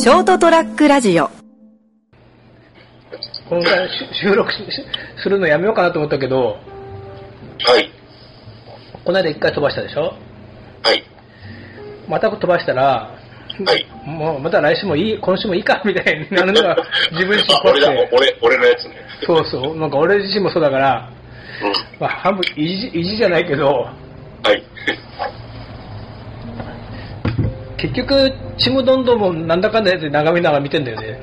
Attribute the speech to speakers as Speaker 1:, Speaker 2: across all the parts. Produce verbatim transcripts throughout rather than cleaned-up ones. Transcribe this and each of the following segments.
Speaker 1: ショートトラックラジオ。
Speaker 2: 今回収録するのやめようかなと思ったけど、
Speaker 3: はい。
Speaker 2: この間一回飛ばしたでしょ。
Speaker 3: はい。
Speaker 2: また飛ばしたら、
Speaker 3: はい。
Speaker 2: もうまた来週もいい、今週もいいかみたいになるのが自分自身怖くて。
Speaker 3: 俺だ、俺、俺のやつね。
Speaker 2: そうそう、なんか俺自身もそうだから、
Speaker 3: うん。
Speaker 2: まあ半分意地、意地じゃないけど、
Speaker 3: はい。
Speaker 2: 結局ちむどんどんもなんだかんだやつで眺めながら見てんだよね。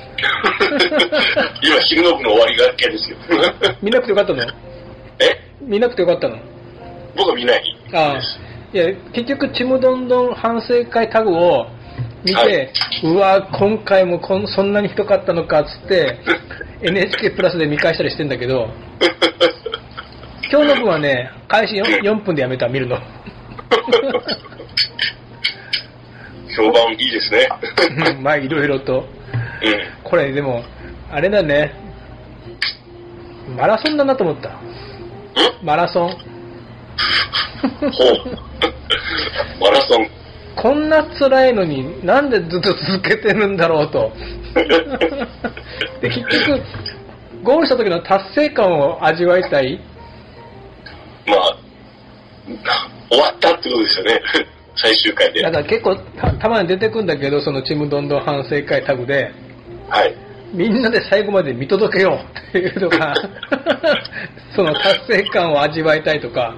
Speaker 3: 今昼の部の終わりがけですよ。
Speaker 2: 見なくてよかったの？
Speaker 3: え？
Speaker 2: 見なくてよかったの？
Speaker 3: 僕は見ない。
Speaker 2: ああ、いや結局ちむどんどん反省会タグを見て、はい、うわ今回もこんそんなにひどかったのかっつって エヌエイチケー プラスで見返したりしてんだけど、今日の分はね開始 4, よんぷんでやめた見るの。
Speaker 3: 評判いいですね。
Speaker 2: まあいろいろと、うん、これでもあれだね、マラソンだなと思った。マラソン。
Speaker 3: ほう。マラソン。
Speaker 2: こんな辛いのになんでずっと続けてるんだろうと。で結局ゴールした時の達成感を味わいたい。
Speaker 3: まあ終わったってことですよね。最終回で。
Speaker 2: だから結構 た, たまに出てくんだけど、そのちむどんどん反省会タグで、
Speaker 3: はい。
Speaker 2: みんなで最後まで見届けようっていうのがその達成感を味わいたいとか。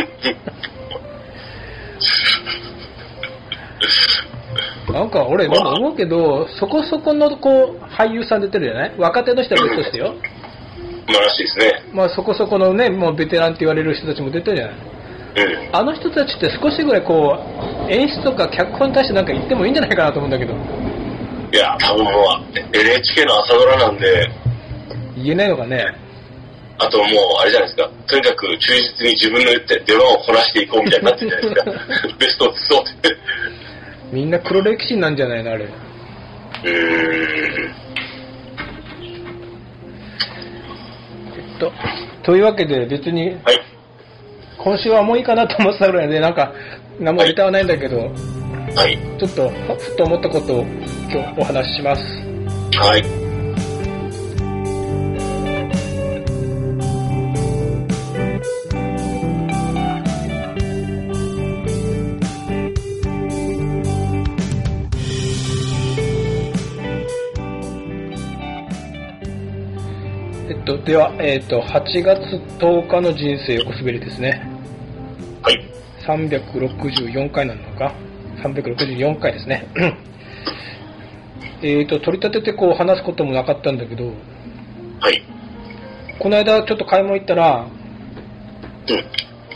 Speaker 2: なんか俺でも思うけど、そこそこのこう俳優さん出てるじゃない？若手の人は別としてよ。
Speaker 3: まあらしいですね。
Speaker 2: まあそこそこのね、もうベテランって言われる人たちも出てるじゃない。
Speaker 3: うん、
Speaker 2: あの人たちって少しぐらいこう演出とか脚本に対してなんか言ってもいいんじゃないかなと思うんだけど。
Speaker 3: いや多分もう エヌエイチケー の朝ドラなんで
Speaker 2: 言えないのかね。
Speaker 3: あともうあれじゃないですか、とにかく忠実に自分の言って出番をこなしていこうみたいになってるじゃないですか。ベストを尽そうって
Speaker 2: みんな黒歴史なんじゃないのあれ。
Speaker 3: うーん。
Speaker 2: えっとというわけで別に、
Speaker 3: はい、
Speaker 2: 今週はもういいかなと思ってたぐらいで、なんか何もネタはないんだけど、はい、ちょっとふと思ったことを今日お話しします。
Speaker 3: はい。
Speaker 2: えっとでは、えっとはちがつとおかの人生横滑りですね。
Speaker 3: はい。
Speaker 2: さんびゃくろくじゅうよんかいなのか、さんびゃくろくじゅうよんかいですね。えっと取り立ててこう話すこともなかったんだけど、
Speaker 3: はい。
Speaker 2: この間ちょっと買い物行ったら、
Speaker 3: うん、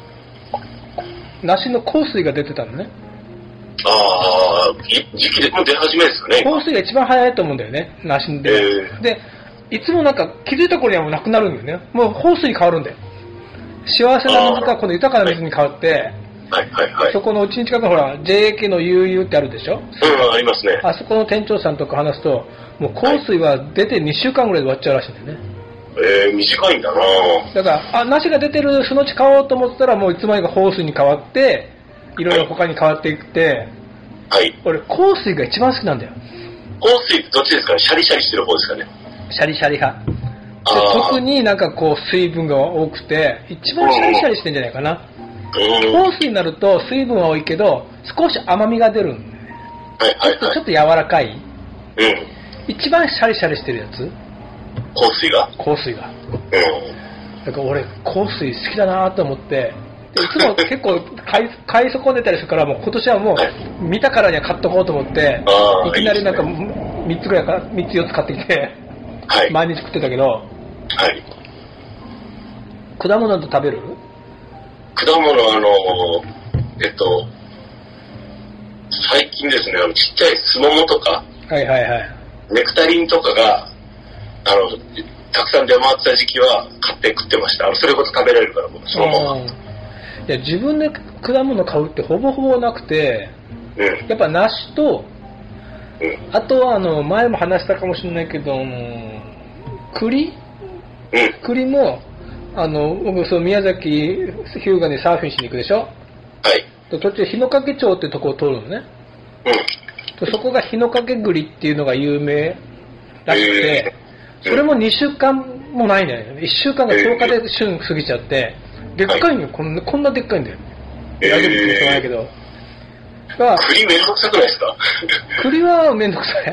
Speaker 2: 梨の香水が出てたのね。
Speaker 3: ああ、時期でも出始めですかね。
Speaker 2: 香水が一番早いと思うんだよね、梨で。えー、でいつもなんか気づいた頃にはもうなくなるんだよね。もう香水に変わるんだよ。幸せな水がこの豊かな水に変わって、
Speaker 3: はいはいはい、
Speaker 2: そこのうちに近くのほら ジェイエーケー の ユーユー ってあるでしょ。
Speaker 3: うん、ありますね。
Speaker 2: あそこの店長さんとか話すと、もう香水は出てにしゅうかんぐらいで終わっちゃうらしいんだよね。
Speaker 3: えー、短いんだな。
Speaker 2: だからあ梨が出てるそのうち買おうと思ってたら、もういつまでか香水に変わって、いろいろ他に変わっていって、はい、俺香水が一番好きなんだよ。
Speaker 3: 香水ってどっちですかね？シャリシャリしてる方ですかね？
Speaker 2: シャリシャリ派。特になんかこう水分が多くて一番シャリシャリしてんじゃないかな。香水になると水分は多いけど少し甘みが出るんで、ね、はいはいはい、ちょっと柔らかい、うん、一番シャリシャリしてるやつ。
Speaker 3: 香水が
Speaker 2: 香水が、うん、だから俺香水好きだなと思って、いつも結構買い、買い損ねたりするから、もう今年はもう見たからには買っとこうと思って、いきなりなんかみっつぐらいかみっつよっつ買ってきて、はい、毎日食ってたけど、はい、果物と食べる？
Speaker 3: 果物あのえっと最近ですね、あのちっちゃいスモモとか、はいはいはい、ネクタリンとかがあのたくさん出回ってた時期は買って食ってました。あのそれこそ食べられるから僕そのまま。い
Speaker 2: や自分で果物買うってほぼほぼなくて、うん、やっぱ梨と、うん、あとはあの前も話したかもしれないけど、栗、うん、栗もあの僕その宮崎日向にサーフィンしに行くでしょ。はい。途中日之影町ってとこを通るのね。 そこが日の掛栗っていうのが有名らしくて、それもにしゅうかんもないんだよね。いっしゅうかんがとおかで旬過ぎちゃって、でっかいのよ、こんな、こんなでっかいんだよ。ラグビーってことないけど。
Speaker 3: 栗めんどくさくないですか？
Speaker 2: 栗はめんどくさい。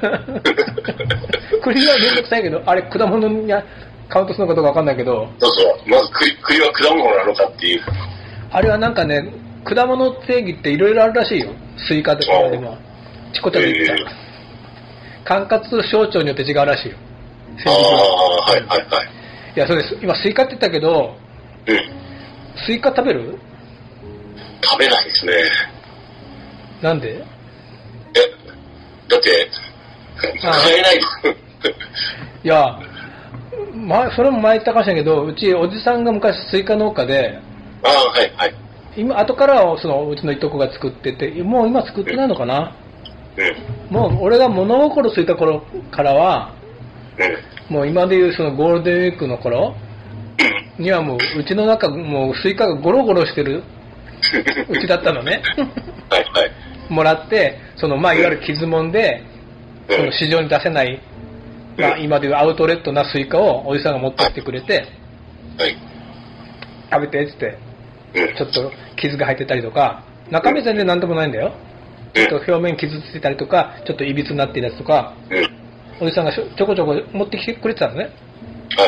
Speaker 2: 栗はめんどくさいけど、あれ果物にカウントするのかどうかわかんないけど。
Speaker 3: そうそう。まず栗、栗は果物なのかっていう。
Speaker 2: あれはなんかね、果物定義っていろいろあるらしいよ。スイカとかでも。ちこちょと言った。管轄省庁によって違うらしいよ。
Speaker 3: ああ、はいはいはい。
Speaker 2: いや、そうです。今スイカって言ったけど、
Speaker 3: うん。
Speaker 2: スイカ食べる？
Speaker 3: 食べないですね。
Speaker 2: なんで？
Speaker 3: え、だって、買えない。
Speaker 2: いや、ま、それも前言ったかもしれないけど、うちおじさんが昔スイカ農家で、
Speaker 3: ああ、はいはい。
Speaker 2: 今、後からそのうちのいとこが作ってて、もう今作ってないのかな？
Speaker 3: うん。
Speaker 2: もう俺が物心ついた頃からは、うん、もう今でいうそのゴールデンウィークの頃にはもううちの中もうスイカがゴロゴロしてるうちだったのね。
Speaker 3: はいはい。
Speaker 2: もらって、そのまあいわゆる傷もんで、その市場に出せない、まあ今でいうアウトレットなスイカをおじさんが持ってきてくれて、
Speaker 3: はい。
Speaker 2: 食べてって言って、ちょっと傷が入ってたりとか、中身全然なんでもないんだよ。ちょっと表面傷ついてたりとか、ちょっといびつになっているやつとか、おじさんがちょこちょこ持ってきてくれてたのね。
Speaker 3: はい。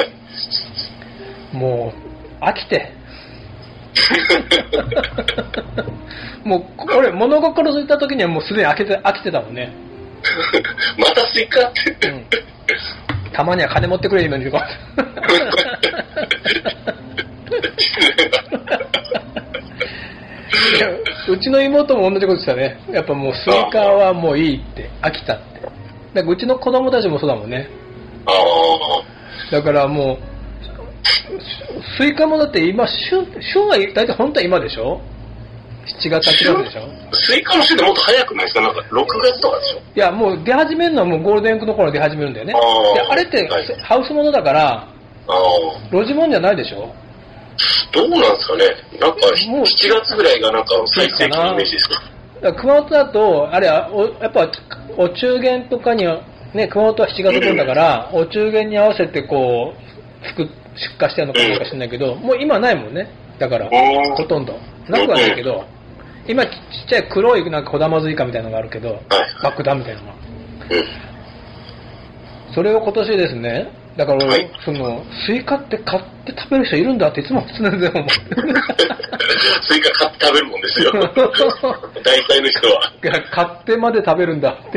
Speaker 2: もう、飽きて。もう、俺、物心ついた時にはもうすでに飽きて、飽きてたもんね。
Speaker 3: またスイカって、うん。
Speaker 2: たまには金持ってくれるのにとか。うちの妹も同じことしたね。やっぱもうスイカはもういいって飽きたって。だからうちの子供たちもそうだもんね。
Speaker 3: あ
Speaker 2: だからもうスイカもだって今旬旬は大体本当は今でしょ。しちがつはちがつでしょ。
Speaker 3: スイカの旬ってもっと早くないですか。なんかろくがつとかでしょ。
Speaker 2: いやもう出始めるのはもうゴールデンウィークの頃出始めるんだよね。
Speaker 3: あ
Speaker 2: であれって、はい、ハウスものだから路地もんじゃないでしょ。
Speaker 3: どうなんですかね。なんかしちがつぐらいがなんか最盛期のイメージですか。
Speaker 2: だから熊本だとあれはおやっぱお中元とかにはね、熊本はしちがつ分だから、うん、お中元に合わせてこう出荷してるのかどうか知らないけど、うん、もう今ないもんね。だからほとんどなくはないけど、うん、今ちっちゃい黒いなんか小玉スイカみたいなのがあるけど、はい、爆弾みたいなのが、うん、それを今年ですね。だから、はい、そのスイカって買って食べる人いるんだっていつも常々思って
Speaker 3: スイカ買って食べるもんですよ大体の人は。
Speaker 2: いや買ってまで食べるんだって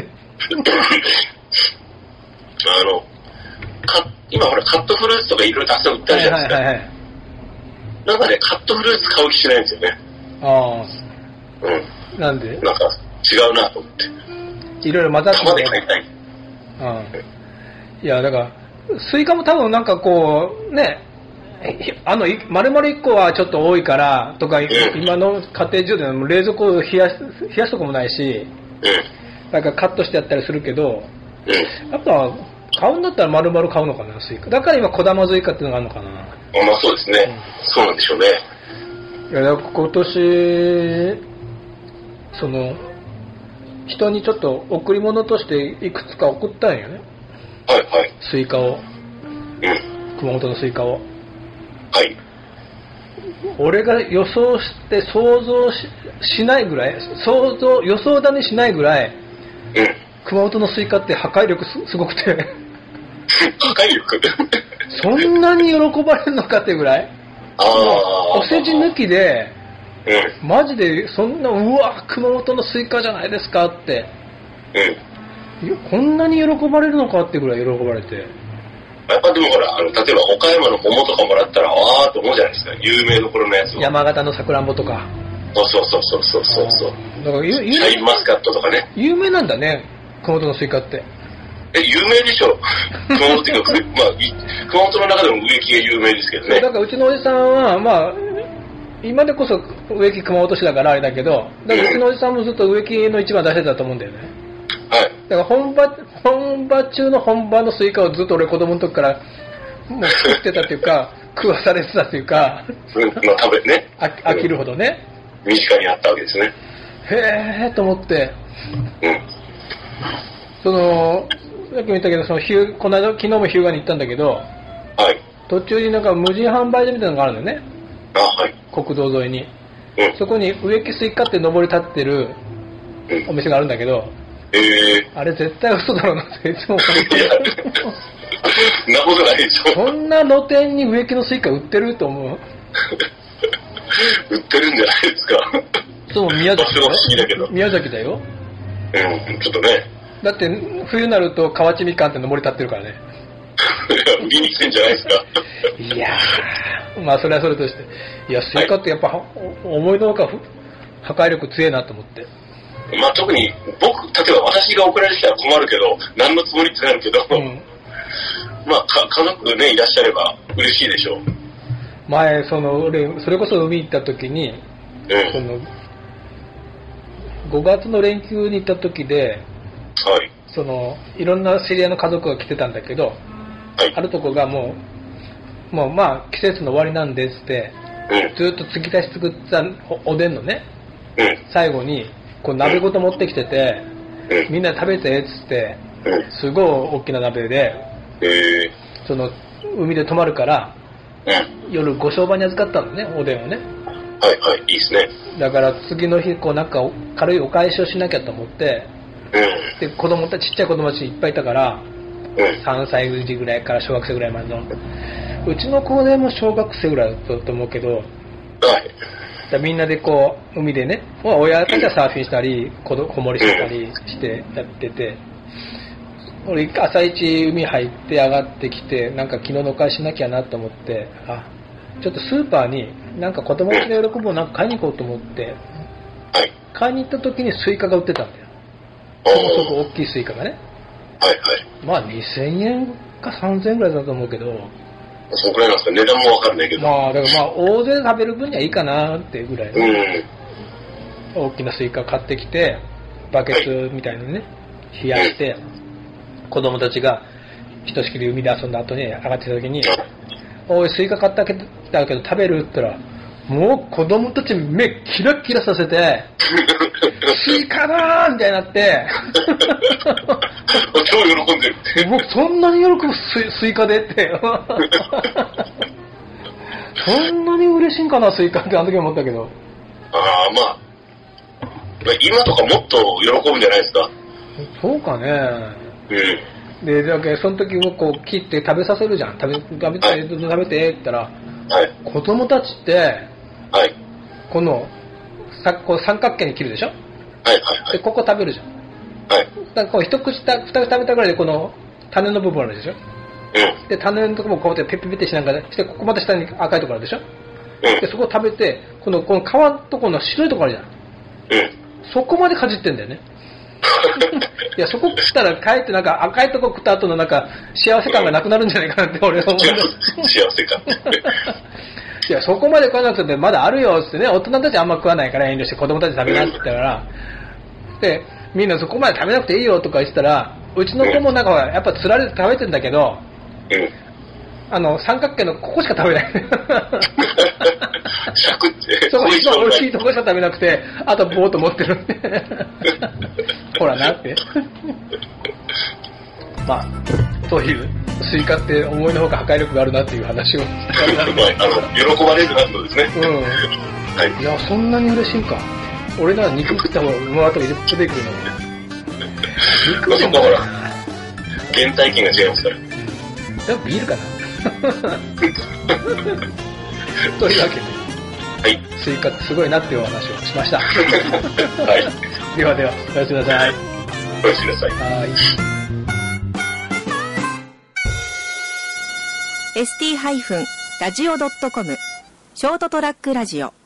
Speaker 3: あのか今ほらカットフルーツとかいろいろたくさん売ってあるじゃないですか、はいはいはい、なんかねカットフルーツ買う気しないんですよね。
Speaker 2: ああ
Speaker 3: うん
Speaker 2: なんで
Speaker 3: なんか違うなと思って
Speaker 2: いろいろ混ざって
Speaker 3: 玉で買いたい。
Speaker 2: あいやだからスイカも多分なんかこうねあの丸々いっこはちょっと多いからとか、うん、今の家庭中で冷蔵庫を冷やす冷やすとこもないし、うん、なんかカットしてやったりするけど、うん、やっぱ買うんだったら丸々買うのかなスイカ。だから今小玉スイカっていうのがあるのかな。
Speaker 3: あまあそうですね、うん、そうなんでしょうね。
Speaker 2: いや今年その人にちょっと贈り物としていくつか送ったんよね。
Speaker 3: はいはい。
Speaker 2: スイカを、
Speaker 3: うん、
Speaker 2: 熊本のスイカを。
Speaker 3: はい。
Speaker 2: 俺が予想して想像 し, しないぐらい、想像予想だにしないぐらい、
Speaker 3: うん、
Speaker 2: 熊本のスイカって破壊力 す, すごくて。
Speaker 3: 破壊力
Speaker 2: そんなに喜ばれるのかっていうぐらい。
Speaker 3: ああ。
Speaker 2: お世辞抜きで、
Speaker 3: うん、
Speaker 2: マジでそんなうわ熊本のスイカじゃないですかって。
Speaker 3: うん
Speaker 2: こんなに喜ばれるのかってぐらい喜ばれて。
Speaker 3: やっぱでもほらあの例えば岡山の桃とかもらったらあーと思うじゃないですか。有名どころのやつを
Speaker 2: 山形のさくらんぼとか。
Speaker 3: そうそうそうそうそうそう。
Speaker 2: だからシ
Speaker 3: ャインマスカットとかね。
Speaker 2: 有名なんだね熊本のスイカって。
Speaker 3: え有名でしょ熊本っていうか、まあ、熊本の中でも植木が有名ですけどね。
Speaker 2: だからうちのおじさんはまあ今でこそ植木熊本市だからあれだけど、だからうちのおじさんもずっと植木の一番出してたと思うんだよね。
Speaker 3: はい。
Speaker 2: だから本場本場中の本場のスイカをずっと俺子供の時からもう食ってたっていうか食わされてたっていうか、
Speaker 3: うん、まあ食べね
Speaker 2: 飽きるほどね、
Speaker 3: うん、身近にあったわけですね。
Speaker 2: へえと思って、
Speaker 3: うん、
Speaker 2: その、さっきも言ったけど、そのヒュこの間、昨日も日向に行ったんだけど、
Speaker 3: はい。
Speaker 2: 途中になんか無人販売所みたいなのがあるんだよね。
Speaker 3: あ、はい。
Speaker 2: 国道沿いに。
Speaker 3: うん。
Speaker 2: そこに植木スイカって登り立ってるお店があるんだけど、
Speaker 3: ええー。
Speaker 2: あれ絶対嘘だろうなっていつも思って。
Speaker 3: そんなことないでしょ。
Speaker 2: そんな露店に植木のスイカ売ってると思う。
Speaker 3: 売ってるんじゃないですか。
Speaker 2: そう、宮崎だよ。
Speaker 3: 不思議だけど。
Speaker 2: 宮崎だよ。
Speaker 3: うん、ちょっとね。
Speaker 2: だって冬になると河内みかんって登り立ってるからね。
Speaker 3: 売りに来てんじゃないですか。
Speaker 2: いやー、まあそれはそれとして。いや、スイカってやっぱ、はい、思いのほか破壊力強いなと思って。
Speaker 3: まあ特に僕、例えば私が送られてきたら困るけど、何のつもりってなるけど、うん、まあか家族ね、いらっしゃれば嬉しいでしょう。
Speaker 2: 前、その、俺、それこそ海行った時に、うん、その、ごがつの連休に行った時で、
Speaker 3: はい。
Speaker 2: その、いろんな知り合いの家族が来てたんだけど、はい、あるとこがもう、もうまあ季節の終わりなんですって、うん、ずっと継ぎ足し作ったおでんのね、うん、最後に、こう鍋ごと持ってきてて、うん、みんな食べてっつって、うん、すごい大きな鍋で、えー、その、海で泊まるから、うん、夜ご商売に預かったのね、おでんをね。
Speaker 3: はいはい、いいですね。
Speaker 2: だから次の日、こうなんか軽いお返しをしなきゃと思って、うん、で、子供たち、ちっちゃい子供たちいっぱいいたから、うん、さんさい児ぐらいから小学生ぐらいまでの、うちの子でも小学生ぐらいだったと思うけど、はい、みんなでこう、海でね、親たちはサーフィンしたり、子守りしたりしてやってて、俺朝一海入って上がってきて、なんか昨日のお返ししなきゃなと思って、あ、ちょっとスーパーになんか子供たちの喜ぶをなんか買いに行こうと思って、買いに行った時にスイカが売ってたんだよ。そこそこ大きいスイカがね。
Speaker 3: はいはい。
Speaker 2: まあにせんえんかさんぜんえんぐらいだと思うけど。
Speaker 3: そのくらいなんですか、値段もわかんないけど。
Speaker 2: まあだからまあ大勢食べる分にはいいかなっていうぐらいの、うん、大きなスイカ買ってきて、バケツみたいにね、冷やして、はい、子供たちがひとしきり海で遊んだ後に上がってきた時に、おいスイカ買ったけど食べるって言ったら、もう子供たち目キラキラさせて、スイカだーみたいになって、
Speaker 3: 超喜んでるって。
Speaker 2: 僕そんなに喜ぶス イ, スイカでって。そんなに嬉しいんかなスイカってあの時思ったけど。
Speaker 3: ああ、まあ。今とかもっと喜ぶんじゃないですか。
Speaker 2: そうかね。うん。で、だけどその時もこう切って食べさせるじゃん。食べ、食べて、はい、食べてって言ったら、はい、子供たちって、はい、このさこう三角形に切るでしょ、はいはいはい、でここ食べるじゃん、はい、だからこう一口た二口食べたぐらいでこの種の部分あるでしょ、うん、で種のところもこうやってペッペペってしながらしてここまた下に赤いところあるでしょ、うん、でそこを食べてこのこの皮とこの白いところあるじゃん、うん、そこまでかじってんだよね。いやそこ食ったらかえってなんか赤いとこ食った後のなんか幸せ感がなくなるんじゃないかなって俺は思う。
Speaker 3: 幸せ感。
Speaker 2: いやそこまで食わなくてまだあるよってね、大人たちあんま食わないから遠慮して子供たち食べなって言ったから、でみんなそこまで食べなくていいよとか言ってたら、うちの子もなんかやっぱ釣られて食べてんだけど、あの三角形のここしか食べない。
Speaker 3: 尺って
Speaker 2: そこ一番美味しいとこしか食べなくて、あとボーっと持ってるんで。ほらなって。まあそういうスイカって思いのほか破壊力があるなっていう話を。
Speaker 3: あの喜ばれるなとですね。うん。
Speaker 2: はい。いやそんなに嬉しいか。俺なら肉食った方がうまいと出てくるの。
Speaker 3: 肉そこほら原体験が違いますから。うん。
Speaker 2: やっぱビールかな。というわけで、はい、スイカってすごいなっていうお話をしました。はい。ではでは、おやすみなさい。
Speaker 3: おやすみなさい。はい。
Speaker 1: エスティー ラジオ ドットコム ショートトラックラジオ